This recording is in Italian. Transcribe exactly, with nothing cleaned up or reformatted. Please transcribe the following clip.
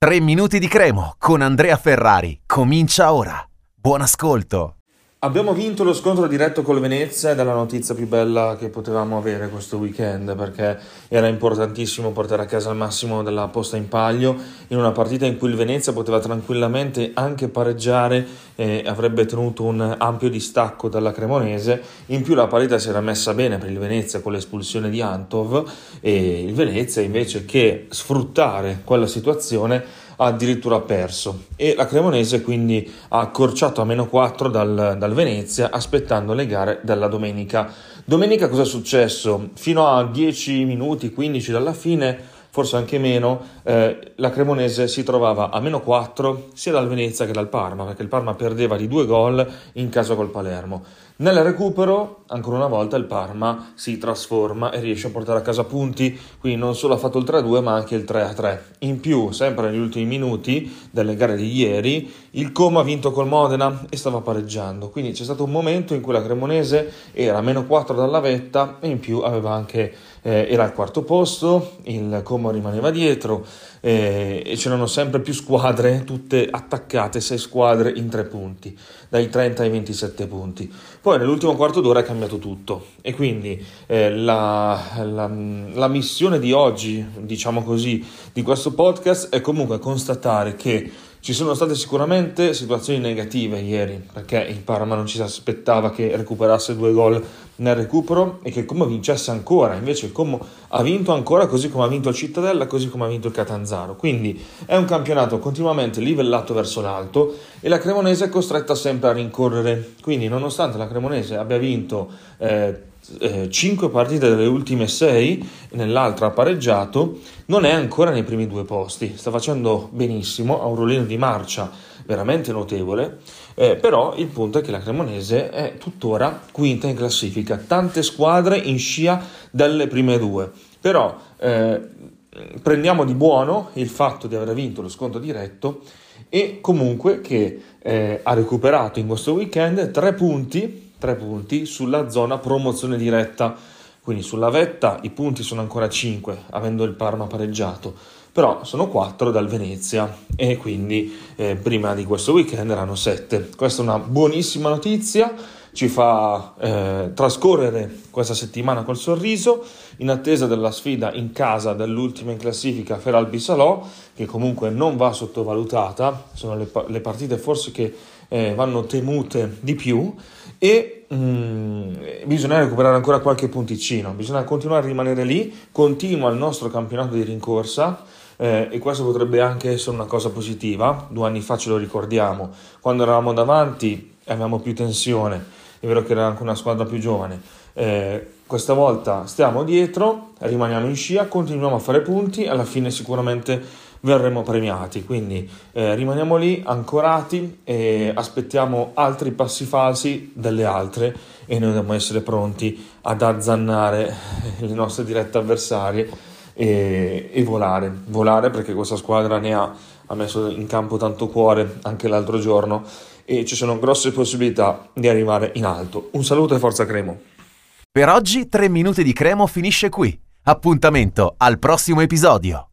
tre minuti di Cremo con Andrea Ferrari. Comincia ora. Buon ascolto. Abbiamo vinto lo scontro diretto col Venezia ed è la notizia più bella che potevamo avere questo weekend, perché era importantissimo portare a casa il massimo della posta in palio in una partita in cui il Venezia poteva tranquillamente anche pareggiare e avrebbe tenuto un ampio distacco dalla Cremonese. In più la partita si era messa bene per il Venezia con l'espulsione di Antov e il Venezia, invece che sfruttare quella situazione, ha addirittura perso, e la Cremonese quindi ha accorciato a meno quattro dal, dal Venezia, aspettando le gare della domenica. Domenica cosa è successo? Fino a dieci minuti, quindici dalla fine, forse anche meno, eh, la Cremonese si trovava a meno quattro sia dal Venezia che dal Parma, perché il Parma perdeva di due gol in casa col Palermo. Nel recupero, ancora una volta, il Parma si trasforma e riesce a portare a casa punti, quindi non solo ha fatto il tre a due ma anche il tre a tre. In più, sempre negli ultimi minuti delle gare di ieri, il Como ha vinto col Modena e stava pareggiando, quindi c'è stato un momento in cui la Cremonese era a meno quattro dalla vetta e in più aveva anche eh, era al quarto posto, il Como rimaneva dietro eh, e c'erano sempre più squadre, tutte attaccate, sei squadre in tre punti, dai trenta ai ventisette punti. Poi nell'ultimo quarto d'ora è cambiato tutto e quindi eh, la, la, la missione di oggi, diciamo così, di questo podcast è comunque constatare che ci sono state sicuramente situazioni negative ieri, perché il Parma non ci si aspettava che recuperasse due gol nel recupero e che il Como vincesse ancora. Invece il Como ha vinto ancora, così come ha vinto il Cittadella, così come ha vinto il Catanzaro. Quindi è un campionato continuamente livellato verso l'alto e la Cremonese è costretta sempre a rincorrere. Quindi nonostante la Cremonese abbia vinto eh, Eh, cinque partite delle ultime sei, nell'altra ha pareggiato, non è ancora nei primi due posti, sta facendo benissimo, ha un rollino di marcia veramente notevole, eh, però il punto è che la Cremonese è tuttora quinta in classifica, tante squadre in scia dalle prime due, però eh, prendiamo di buono il fatto di aver vinto lo scontro diretto e comunque che eh, ha recuperato in questo weekend tre punti tre punti sulla zona promozione diretta, quindi sulla vetta i punti sono ancora cinque, avendo il Parma pareggiato, però sono quattro dal Venezia e quindi eh, prima di questo weekend erano sette. Questa è una buonissima notizia, ci fa eh, trascorrere questa settimana col sorriso, in attesa della sfida in casa dell'ultima in classifica Feralpi Salò, che comunque non va sottovalutata, sono le, le partite forse che eh, vanno temute di più, e mh, bisogna recuperare ancora qualche punticino, bisogna continuare a rimanere lì, continua il nostro campionato di rincorsa eh, e questo potrebbe anche essere una cosa positiva. Due anni fa ce lo ricordiamo, quando eravamo davanti avevamo più tensione, è vero che era anche una squadra più giovane, eh, questa volta stiamo dietro, rimaniamo in scia, continuiamo a fare punti, alla fine sicuramente verremo premiati, quindi eh, rimaniamo lì ancorati e aspettiamo altri passi falsi delle altre e noi dobbiamo essere pronti ad azzannare le nostre dirette avversarie e, e volare, volare perché questa squadra ne ha, ha messo in campo tanto cuore anche l'altro giorno e ci sono grosse possibilità di arrivare in alto. Un saluto e forza Cremo! Per oggi tre minuti di Cremo finisce qui. Appuntamento al prossimo episodio.